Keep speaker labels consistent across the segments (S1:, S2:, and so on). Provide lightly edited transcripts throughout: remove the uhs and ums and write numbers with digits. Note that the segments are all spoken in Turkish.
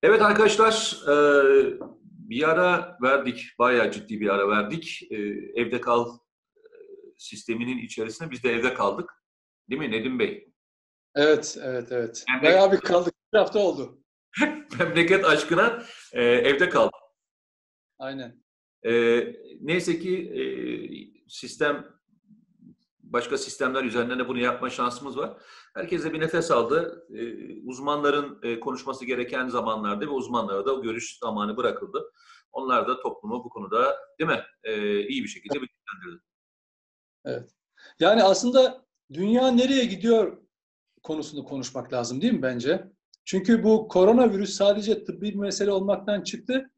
S1: Evet arkadaşlar, bir ara verdik, bayağı ciddi bir ara verdik. Evde kal sisteminin içerisinde biz de evde kaldık. Değil mi Nedim Bey?
S2: Evet, evet, evet.
S1: Memleket,
S2: Bayağı bir kaldık. Bir hafta oldu.
S1: memleket aşkına evde
S2: Evet,
S1: kaldık.
S2: aynen.
S1: E, Neyse ki başka sistemler üzerinden de bunu yapma şansımız var. Herkes de bir nefes aldı. Uzmanların konuşması gereken zamanlarda ve uzmanlara da o görüş zamanı bırakıldı. Onlar da toplumu bu konuda, değil mi? İyi bir şekilde bilgilendirdi.
S2: Evet. Yani aslında dünya nereye gidiyor konusunu konuşmak lazım değil mi bence? Çünkü bu koronavirüs sadece tıbbi bir mesele olmaktan çıktı.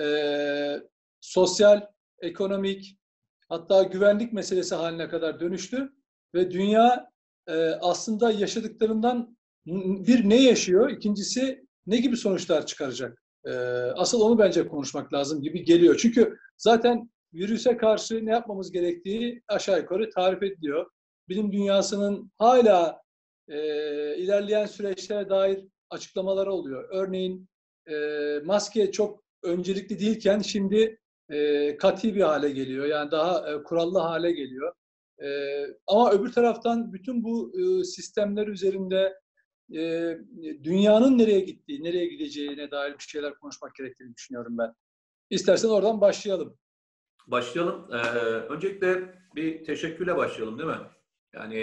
S2: Sosyal, ekonomik, hatta güvenlik meselesi haline kadar dönüştü. Ve dünya aslında yaşadıklarından bir ne yaşıyor, ikincisi ne gibi sonuçlar çıkaracak? Asıl onu bence konuşmak lazım gibi geliyor. Çünkü zaten virüse karşı ne yapmamız gerektiği aşağı yukarı tarif ediliyor. Bilim dünyasının hala ilerleyen süreçlere dair açıklamaları oluyor. Örneğin maske çok öncelikli değilken şimdi kat'i bir hale geliyor. Yani daha kurallı hale geliyor. Ama öbür taraftan bütün bu sistemler üzerinde e, dünyanın nereye gittiği, nereye gideceğine dair bir şeyler konuşmak gerektiğini düşünüyorum ben. İstersen oradan başlayalım.
S1: Başlayalım. Öncelikle bir teşekkürle başlayalım, değil mi? Yani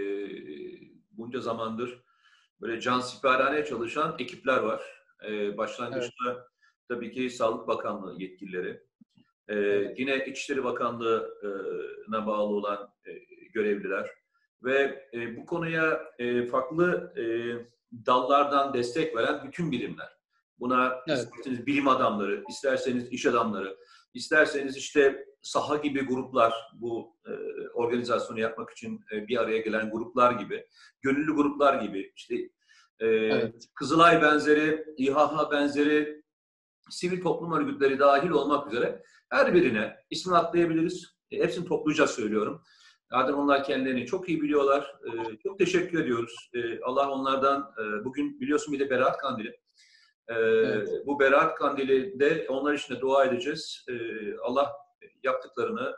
S1: bunca zamandır böyle cansiperane çalışan ekipler var.
S2: Evet,
S1: Başlangıçta tabii ki Sağlık Bakanlığı yetkilileri,
S2: evet,
S1: yine İçişleri Bakanlığı'na bağlı olan görevliler ve bu konuya farklı dallardan destek veren bütün birimler. Buna
S2: evet,
S1: isterseniz bilim adamları, isterseniz iş adamları, isterseniz işte saha gibi gruplar, bu organizasyonu yapmak için bir araya gelen gruplar gibi, gönüllü gruplar gibi, işte
S2: evet.
S1: Kızılay benzeri, İHH benzeri sivil toplum örgütleri dahil olmak üzere her birine ismini atlayabiliriz. Hepsini topluca söylüyorum. Zaten onlar kendilerini çok iyi biliyorlar. Çok teşekkür ediyoruz. Allah onlardan, bugün biliyorsun bir de Berat Kandili.
S2: Evet.
S1: Bu Berat Kandili de onlar için de dua edeceğiz. Allah yaptıklarını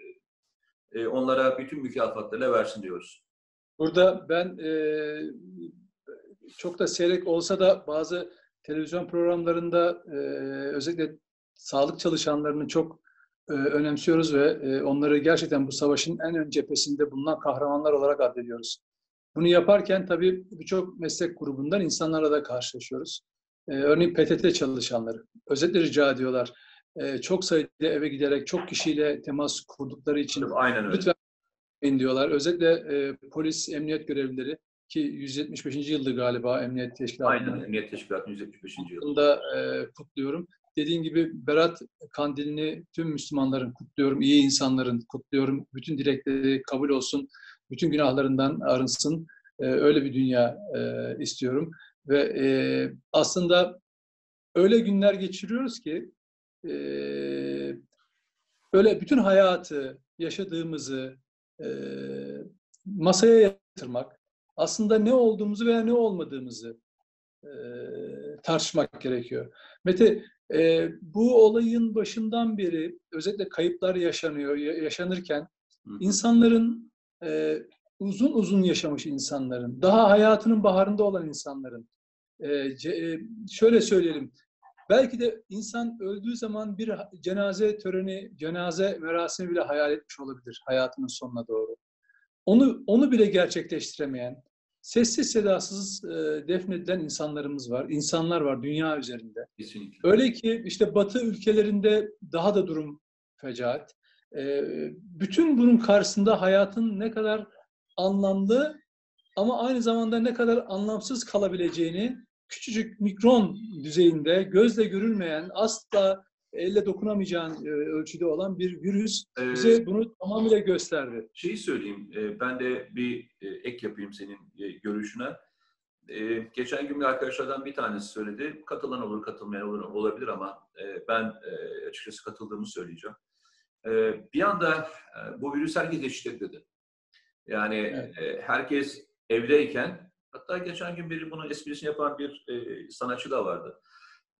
S1: onlara bütün mükafatlarıyla versin diyoruz.
S2: Burada ben çok da seyrek olsa da bazı televizyon programlarında özellikle sağlık çalışanlarını çok önemsiyoruz ve onları gerçekten bu savaşın en ön cephesinde bulunan kahramanlar olarak addediyoruz. Bunu yaparken tabii birçok meslek grubundan insanlarla da karşılaşıyoruz. Örneğin PTT çalışanları özellikle rica ediyorlar. Çok sayıda eve giderek çok kişiyle temas kurdukları için
S1: Tabii, aynen öyle.
S2: lütfen diyorlar. Özellikle polis, emniyet görevlileri ki 175. yıldır galiba Emniyet
S1: Aynen.
S2: Teşkilatı'nın
S1: Emniyet Teşkilatı'nın 175. yılı.
S2: da kutluyorum. Dediğim gibi Berat Kandilini tüm Müslümanların kutluyorum, iyi insanların kutluyorum. Bütün dilekleri kabul olsun, bütün günahlarından arınsın. Öyle bir dünya istiyorum. Ve aslında öyle günler geçiriyoruz ki e, böyle bütün hayatı, yaşadığımızı e, masaya yatırmak, aslında ne olduğumuzu veya ne olmadığımızı e, tartışmak gerekiyor. Mete, bu olayın başından beri özellikle kayıplar yaşanıyor, yaşanırken
S1: Hı hı.
S2: insanların uzun uzun yaşamış insanların, daha hayatının baharında olan insanların, şöyle söyleyelim, belki de insan öldüğü zaman bir cenaze töreni, cenaze merasimi bile hayal etmiş olabilir hayatının sonuna doğru. Onu bile gerçekleştiremeyen, sessiz sedasız defnedilen insanlarımız var, insanlar var dünya üzerinde.
S1: Kesinlikle.
S2: Öyle ki işte Batı ülkelerinde daha da durum fecaat. Bütün bunun karşısında hayatın ne kadar anlamlı ama aynı zamanda ne kadar anlamsız kalabileceğini küçücük mikron düzeyinde gözle görülmeyen, asla elle dokunamayacağın ölçüde olan bir virüs
S1: Ee,
S2: bize bunu tamamıyla gösterdi.
S1: Şeyi söyleyeyim, ben de bir ek yapayım senin görüşüne. Geçen gün bir arkadaşlardan bir tanesi söyledi. Katılan olur, katılmayan olur, olabilir ama ben açıkçası katıldığımı söyleyeceğim. Bir anda bu virüs herkes eşitledi. Yani
S2: Evet,
S1: herkes evdeyken, hatta geçen gün biri bunun esprisini yapan bir sanatçı da vardı.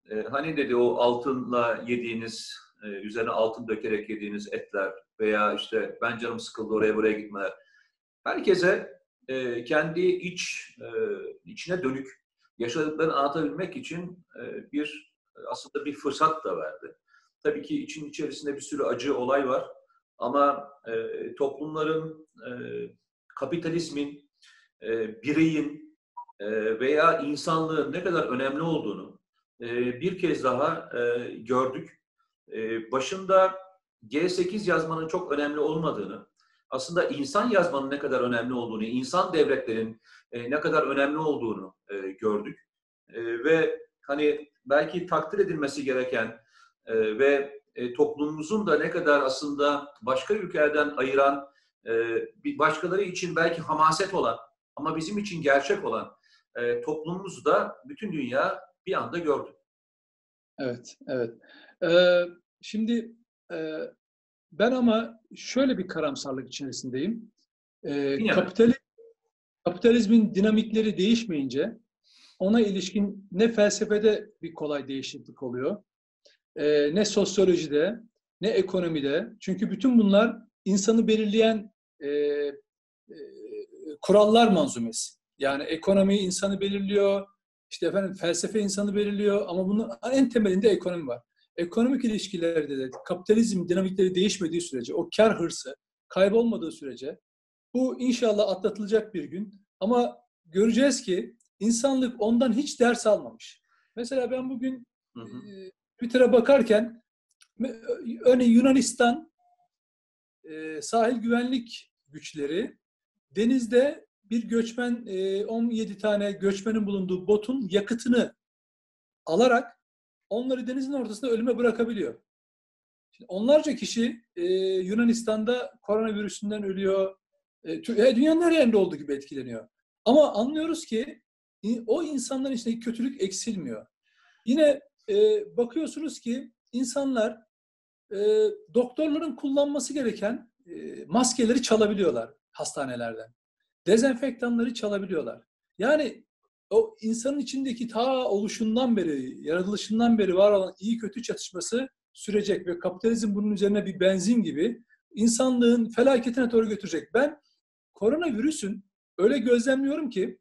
S1: Hani dedi o altınla yediğiniz, üzerine altın dökerek yediğiniz etler veya işte ben canım sıkıldı oraya buraya gitmeler. Herkese kendi içine dönük yaşadıklarını anlatabilmek için aslında bir fırsat da verdi. Tabii ki için içerisinde bir sürü acı olay var ama toplumların, kapitalizmin, bireyin veya insanlığın ne kadar önemli olduğunu bir kez daha gördük. Başında G8 yazmanın çok önemli olmadığını, aslında insan yazmanın ne kadar önemli olduğunu, insan devletlerin ne kadar önemli olduğunu gördük. Ve hani belki takdir edilmesi gereken ve toplumumuzun da ne kadar aslında başka ülkelerden ayıran, bir başkaları için belki hamaset olan ama bizim için gerçek olan toplumumuzu da bütün dünya bir anda gördü.
S2: Evet, evet. Şimdi ben ama şöyle bir karamsarlık içerisindeyim.
S1: Yine mi?
S2: Kapitalizmin dinamikleri değişmeyince ona ilişkin ne felsefede bir kolay değişiklik oluyor, ne sosyolojide, ne ekonomide. Çünkü bütün bunlar insanı belirleyen kurallar manzumesi. Yani ekonomi insanı belirliyor, işte efendim felsefe insanı belirliyor ama bunun en temelinde ekonomi var. Ekonomik ilişkilerde de kapitalizm dinamikleri değişmediği sürece, o kar hırsı kaybolmadığı sürece bu inşallah atlatılacak bir gün. Ama göreceğiz ki insanlık ondan hiç ders almamış. Mesela ben bugün
S1: Hı hı.
S2: Twitter'a bakarken örneğin Yunanistan sahil güvenlik güçleri denizde bir göçmen 17 tane göçmenin bulunduğu botun yakıtını alarak onları denizin ortasında ölüme bırakabiliyor. Şimdi onlarca kişi Yunanistan'da koronavirüsünden ölüyor. Dünyanın her yerinde olduğu gibi etkileniyor. Ama anlıyoruz ki o insanların içindeki kötülük eksilmiyor. Yine bakıyorsunuz ki insanlar doktorların kullanması gereken maskeleri çalabiliyorlar hastanelerden. Dezenfektanları çalabiliyorlar. Yani o insanın içindeki ta oluşundan beri, yaratılışından beri var olan iyi kötü çatışması sürecek ve kapitalizm bunun üzerine bir benzin gibi insanlığın felaketine doğru götürecek. Ben koronavirüsün öyle gözlemliyorum ki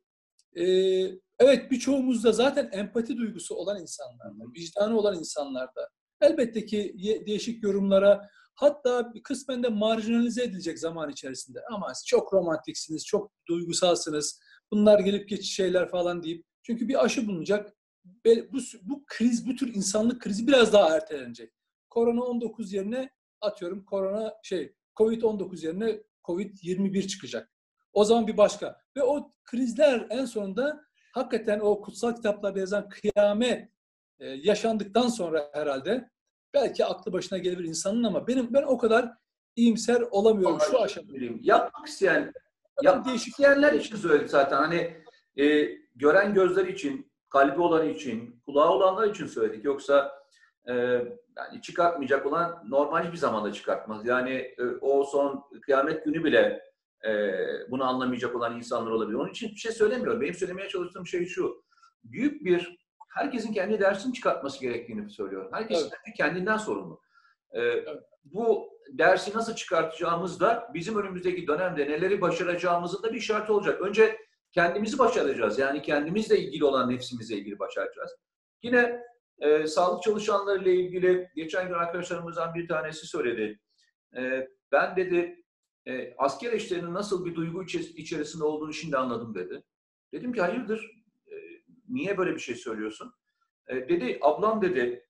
S2: evet birçoğumuzda zaten empati duygusu olan insanlarda, vicdanı olan insanlarda elbette ki değişik yorumlara hatta kısmen de marjinalize edilecek zaman içerisinde. Ama siz çok romantiksiniz, çok duygusalsınız, bunlar gelip geçici şeyler falan deyip. Çünkü bir aşı bulunacak. Bu kriz, bu tür insanlık krizi biraz daha ertelenecek. Korona-19 yerine atıyorum Covid-19 yerine Covid-21 çıkacak. O zaman bir başka. Ve o krizler en sonunda hakikaten o kutsal kitaplarda yazan kıyamet yaşandıktan sonra herhalde belki aklı başına gelebilir insanın ama ben o kadar iyimser olamıyorum
S1: Vallahi
S2: şu
S1: şöyle
S2: aşamada.
S1: söyleyeyim. Yapmak
S2: Değişik.
S1: isteyenler için söyledik zaten. Hani gören gözler için, kalbi olan için, kulağı olanlar için söyledik. Yoksa yani çıkartmayacak olan normal bir zamanda çıkartmaz. Yani o son kıyamet günü bile bunu anlamayacak olan insanlar olabilir. Onun için bir şey söylemiyorum. Benim söylemeye çalıştığım şey şu. Herkesin kendi dersini çıkartması gerektiğini söylüyorum. Herkes
S2: Evet,
S1: kendinden sorumlu.
S2: evet,
S1: Bu dersi nasıl çıkartacağımız da bizim önümüzdeki dönemde neleri başaracağımızın da bir işareti olacak. Önce kendimizi başaracağız. Yani kendimizle ilgili olan nefsimizle ilgili başaracağız. Yine sağlık çalışanlarıyla ilgili geçen gün arkadaşlarımızdan bir tanesi söyledi. Ben dedi asker eşlerinin nasıl bir duygu içerisinde olduğunu şimdi anladım dedi. Dedim ki hayırdır? Niye böyle bir şey söylüyorsun? Dedi ablam dedi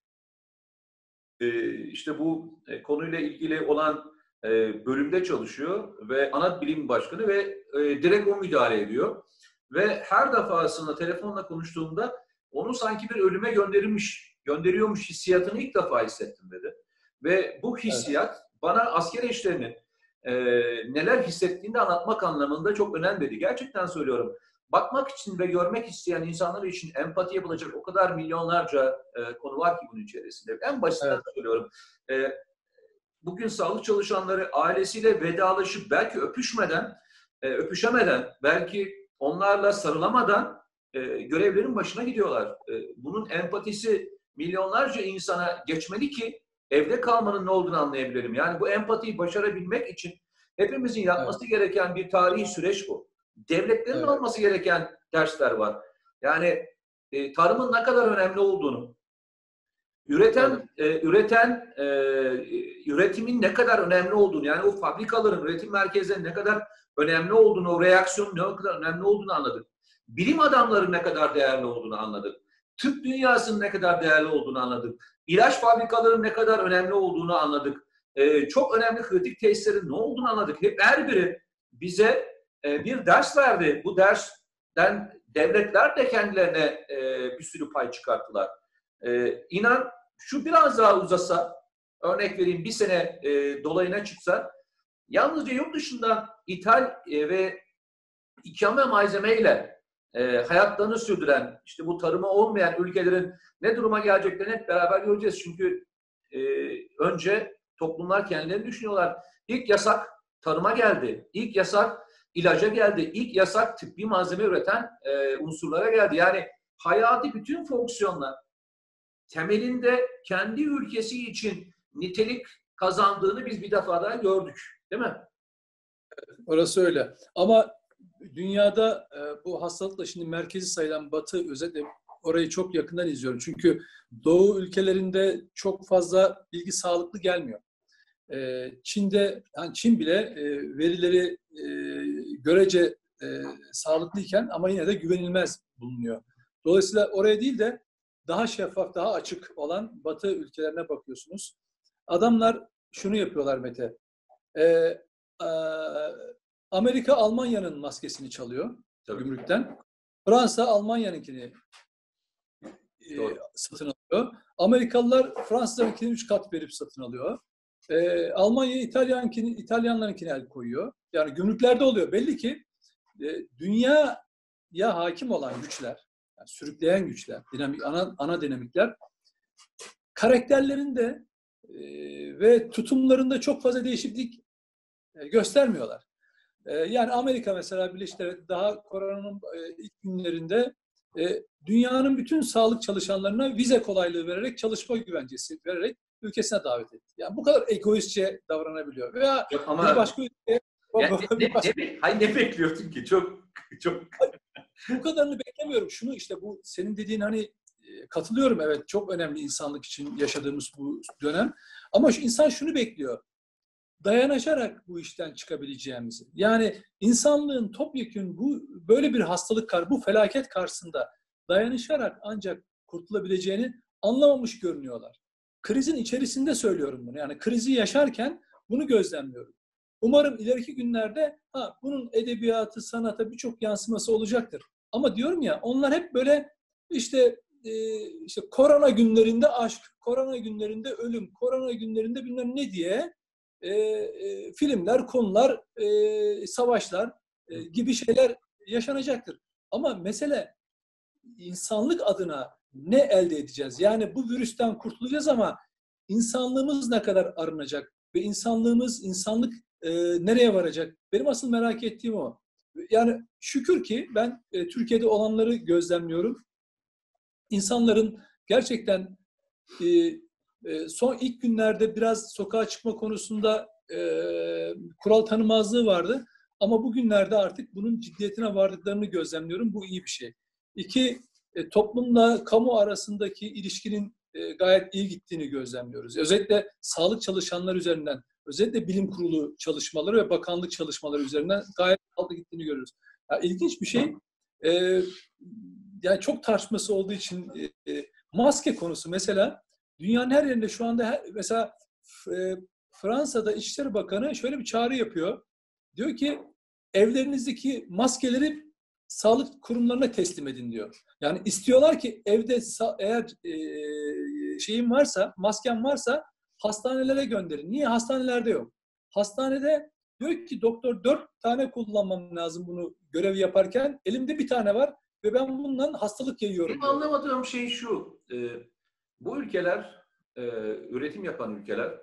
S1: işte bu konuyla ilgili olan bölümde çalışıyor ve ana bilim başkanı ve direkt o müdahale ediyor. Ve her defasında telefonla konuştuğumda onu sanki bir ölüme gönderiyormuş hissiyatını ilk defa hissettim dedi. Ve bu
S2: evet.
S1: hissiyat bana asker eşlerinin neler hissettiğini de anlatmak anlamında çok önemli dedi. Gerçekten söylüyorum. Bakmak için ve görmek isteyen insanlar için empati yapılacak o kadar milyonlarca konu var ki bunun içerisinde. En basitinden
S2: Evet.
S1: söylüyorum. E, Bugün sağlık çalışanları ailesiyle vedalaşıp belki öpüşemeden, belki onlarla sarılamadan görevlerin başına gidiyorlar. Bunun empatisi milyonlarca insana geçmeli ki evde kalmanın ne olduğunu anlayabilirim. Yani bu empatiyi başarabilmek için hepimizin
S2: Evet,
S1: yapması gereken bir tarihi süreç bu. Devletlerin
S2: evet,
S1: alması gereken dersler var. Yani tarımın ne kadar önemli olduğunu,
S2: evet.
S1: üretimin ne kadar önemli olduğunu, yani o fabrikaların, üretim merkezlerinin ne kadar önemli olduğunu, o reaksiyonun ne kadar önemli olduğunu anladık. Bilim adamları ne kadar değerli olduğunu anladık. Tıp dünyasının ne kadar değerli olduğunu anladık. İlaç fabrikalarının ne kadar önemli olduğunu anladık. Çok önemli kritik tesislerin ne olduğunu anladık. Hep her biri bize bir ders verdi. Bu dersten devletler de kendilerine bir sürü pay çıkarttılar. İnan şu biraz daha uzasa, örnek vereyim, bir sene dolayına çıksa, yalnızca yurt dışından ithal ve ikame malzemeyle hayatlarını sürdüren, işte bu tarımı olmayan ülkelerin ne duruma geleceklerini hep beraber göreceğiz. Çünkü önce toplumlar kendilerini düşünüyorlar. İlk yasak tarıma geldi. İlk yasak ilaca geldi. İlk yasak tıbbi malzeme üreten unsurlara geldi. Yani hayati bütün fonksiyonlar temelinde kendi ülkesi için nitelik kazandığını biz bir defa daha gördük. Değil mi?
S2: Orası öyle. Ama dünyada bu hastalıkla şimdi merkezi sayılan Batı, özellikle orayı çok yakından izliyorum. Çünkü Doğu ülkelerinde çok fazla bilgi sağlıklı gelmiyor. Çin'de, yani Çin bile verileri görece sağlıklıyken ama yine de güvenilmez bulunuyor. Dolayısıyla oraya değil de daha şeffaf, daha açık olan Batı ülkelerine bakıyorsunuz. Adamlar şunu yapıyorlar Mete. E, e, Amerika Almanya'nın maskesini çalıyor
S1: Tabii.
S2: gümrükten. Fransa Almanya'nınkini satın alıyor. Amerikalılar Fransızlarınkini 3 kat verip satın alıyor. Almanya İtalyanlarınkine el koyuyor. Yani gümrüklerde oluyor. Belli ki dünyaya hakim olan güçler, yani sürükleyen güçler, ana dinamikler karakterlerinde ve tutumlarında çok fazla değişiklik göstermiyorlar. Yani Amerika mesela Birleşik Devletleri daha koronanın ilk günlerinde dünyanın bütün sağlık çalışanlarına vize kolaylığı vererek, çalışma güvencesi vererek ülkesine davet etti. Yani bu kadar egoistçe davranabiliyor. Veya
S1: Yok
S2: bir
S1: ama
S2: başka ülkeye
S1: yani ne bekliyordun ki? Çok
S2: bu kadarını beklemiyorum. Şunu işte bu senin dediğin hani katılıyorum, evet, çok önemli insanlık için yaşadığımız bu dönem. Ama insan şunu bekliyor. Dayanışarak bu işten çıkabileceğimizi. Yani insanlığın topyekün böyle bir hastalık, bu felaket karşısında dayanışarak ancak kurtulabileceğini anlamamış görünüyorlar. Krizin içerisinde söylüyorum bunu. Yani krizi yaşarken bunu gözlemliyorum. Umarım ileriki günlerde bunun edebiyatı, sanata birçok yansıması olacaktır. Ama diyorum ya, onlar hep böyle işte korona günlerinde aşk, korona günlerinde ölüm, korona günlerinde bilmem ne diye filmler, konular, savaşlar gibi şeyler yaşanacaktır. Ama mesele insanlık adına ne elde edeceğiz? Yani bu virüsten kurtulacağız ama insanlığımız ne kadar arınacak? Ve insanlık nereye varacak? Benim asıl merak ettiğim o. Yani şükür ki ben Türkiye'de olanları gözlemliyorum. İnsanların gerçekten son ilk günlerde biraz sokağa çıkma konusunda kural tanımazlığı vardı. Ama bugünlerde artık bunun ciddiyetine vardıklarını gözlemliyorum. Bu iyi bir şey. İki, toplumla kamu arasındaki ilişkinin gayet iyi gittiğini gözlemliyoruz. Özellikle sağlık çalışanları üzerinden, özellikle bilim kurulu çalışmaları ve bakanlık çalışmaları üzerinden gayet sağlıklı gittiğini görüyoruz. Yani İlginç bir şey. Yani çok tartışması olduğu için maske konusu mesela dünyanın her yerinde şu anda mesela Fransa'da İçişleri Bakanı şöyle bir çağrı yapıyor. Diyor ki evlerinizdeki maskeleri sağlık kurumlarına teslim edin diyor. Yani istiyorlar ki evde eğer şeyin varsa, masken varsa hastanelere gönderin. Niye? Hastanelerde yok. Hastanede diyor ki doktor 4 tane kullanmam lazım bunu görev yaparken. Elimde bir tane var ve ben bundan hastalık yayıyorum
S1: benim
S2: diyor.
S1: anlamadığım şey şu. Bu ülkeler, üretim yapan ülkeler,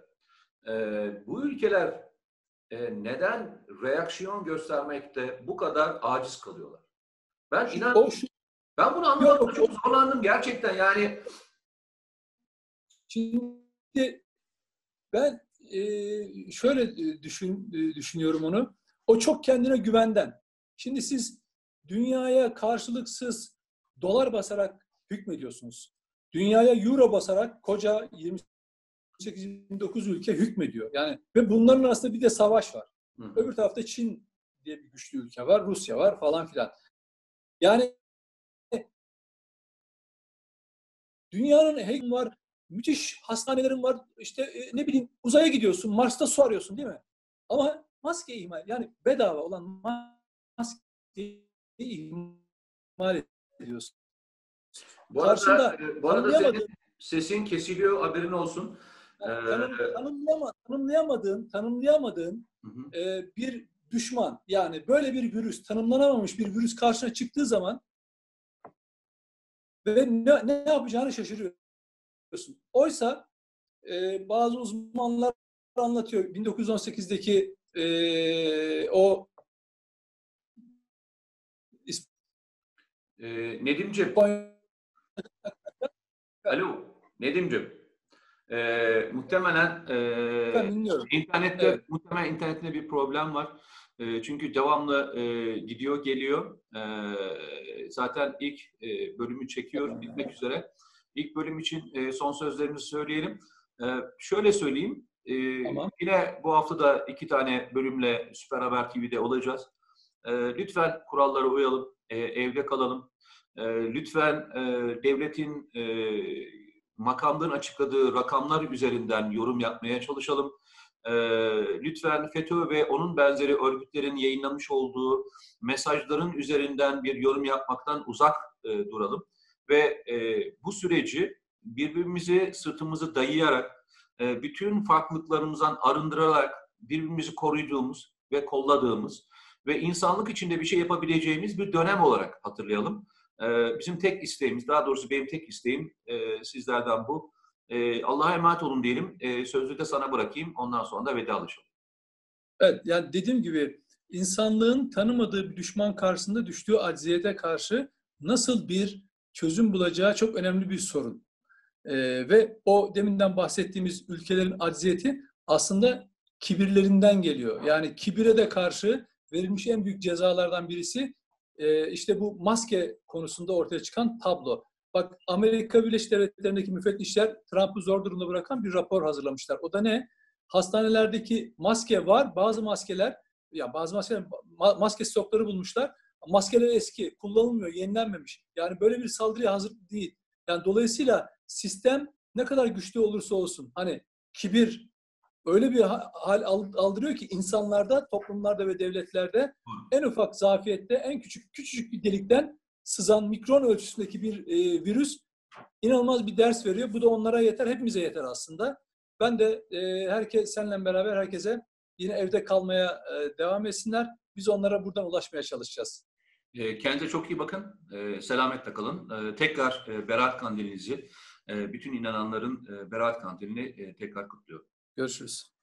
S1: bu ülkeler neden reaksiyon göstermekte bu kadar aciz kalıyorlar? Ben bunu
S2: Yok,
S1: anlamakta çok zorlandım gerçekten. Yani
S2: Şimdi ben şöyle düşünüyorum onu. O çok kendine güvenden. Şimdi siz dünyaya karşılıksız dolar basarak hükmediyorsunuz. Dünyaya euro basarak koca 28-29 ülke hükmediyor. Yani ve bunların arasında bir de savaş var. Öbür tarafta Çin diye bir güçlü ülke var, Rusya var falan filan. Yani dünyanın hegemoni var, müthiş hastanelerin var. İşte ne bileyim uzaya gidiyorsun, Mars'ta su arıyorsun değil mi? Ama maske ihmal, yani bedava olan maskeyi ihmal ediyorsun.
S1: Bu
S2: Karşında
S1: arada senin
S2: tanımlayamadığın,
S1: sesin kesiliyor, haberin olsun.
S2: tanımlayamadığın bir düşman, yani böyle bir virüs, tanımlanamamış bir virüs karşına çıktığı zaman ve ne yapacağını şaşırıyorsun. Oysa bazı uzmanlar anlatıyor. 1918'deki o
S1: Nedimciğim, alo, Nedimciğim. Muhtemelen
S2: Evet.
S1: muhtemelen internette bir problem var. Çünkü devamlı gidiyor geliyor. Zaten ilk bölümü çekiyoruz, bitmek üzere. İlk bölüm için son sözlerimizi söyleyelim. Şöyle söyleyeyim.
S2: Tamam.
S1: Yine bu hafta da 2 tane bölümle Süper Haber TV'de olacağız. Lütfen kurallara uyalım, evde kalalım. Lütfen devletin makamların açıkladığı rakamlar üzerinden yorum yapmaya çalışalım. Lütfen FETÖ ve onun benzeri örgütlerin yayınlamış olduğu mesajların üzerinden bir yorum yapmaktan uzak duralım. Ve bu süreci birbirimizi sırtımızı dayayarak, bütün farklılıklarımızdan arındırarak birbirimizi koruyduğumuz ve kolladığımız ve insanlık içinde bir şey yapabileceğimiz bir dönem olarak hatırlayalım. Bizim tek isteğimiz, daha doğrusu benim tek isteğim sizlerden bu. Allah'a emanet olun diyelim. Sözü de sana bırakayım. Ondan sonra da vedalaşalım.
S2: Evet, yani dediğim gibi insanlığın tanımadığı bir düşman karşısında düştüğü acziyete karşı nasıl bir çözüm bulacağı çok önemli bir sorun. Ve o deminden bahsettiğimiz ülkelerin acziyeti aslında kibirlerinden geliyor. Yani kibire de karşı verilmiş en büyük cezalardan birisi işte bu maske konusunda ortaya çıkan tablo. Bak, Amerika Birleşik Devletleri'ndeki müfettişler Trump'ı zor durumda bırakan bir rapor hazırlamışlar. O da ne? Hastanelerdeki maske var. Bazı maskeler maske stokları bulmuşlar. Maskeler eski, kullanılmıyor, yenilenmemiş. Yani böyle bir saldırıya hazır değil. Yani dolayısıyla sistem ne kadar güçlü olursa olsun, hani kibir öyle bir hal aldırıyor ki insanlarda, toplumlarda ve devletlerde en ufak zafiyette, en küçücük bir delikten sızan mikron ölçüsündeki bir virüs inanılmaz bir ders veriyor. Bu da onlara yeter, hepimize yeter aslında. Ben de seninle beraber herkese yine evde kalmaya devam etsinler. Biz onlara buradan ulaşmaya çalışacağız.
S1: Kendinize çok iyi bakın. Selametle kalın. Tekrar Berat Kandilinizi, bütün inananların Berat Kandilini tekrar kutluyorum.
S2: Görüşürüz.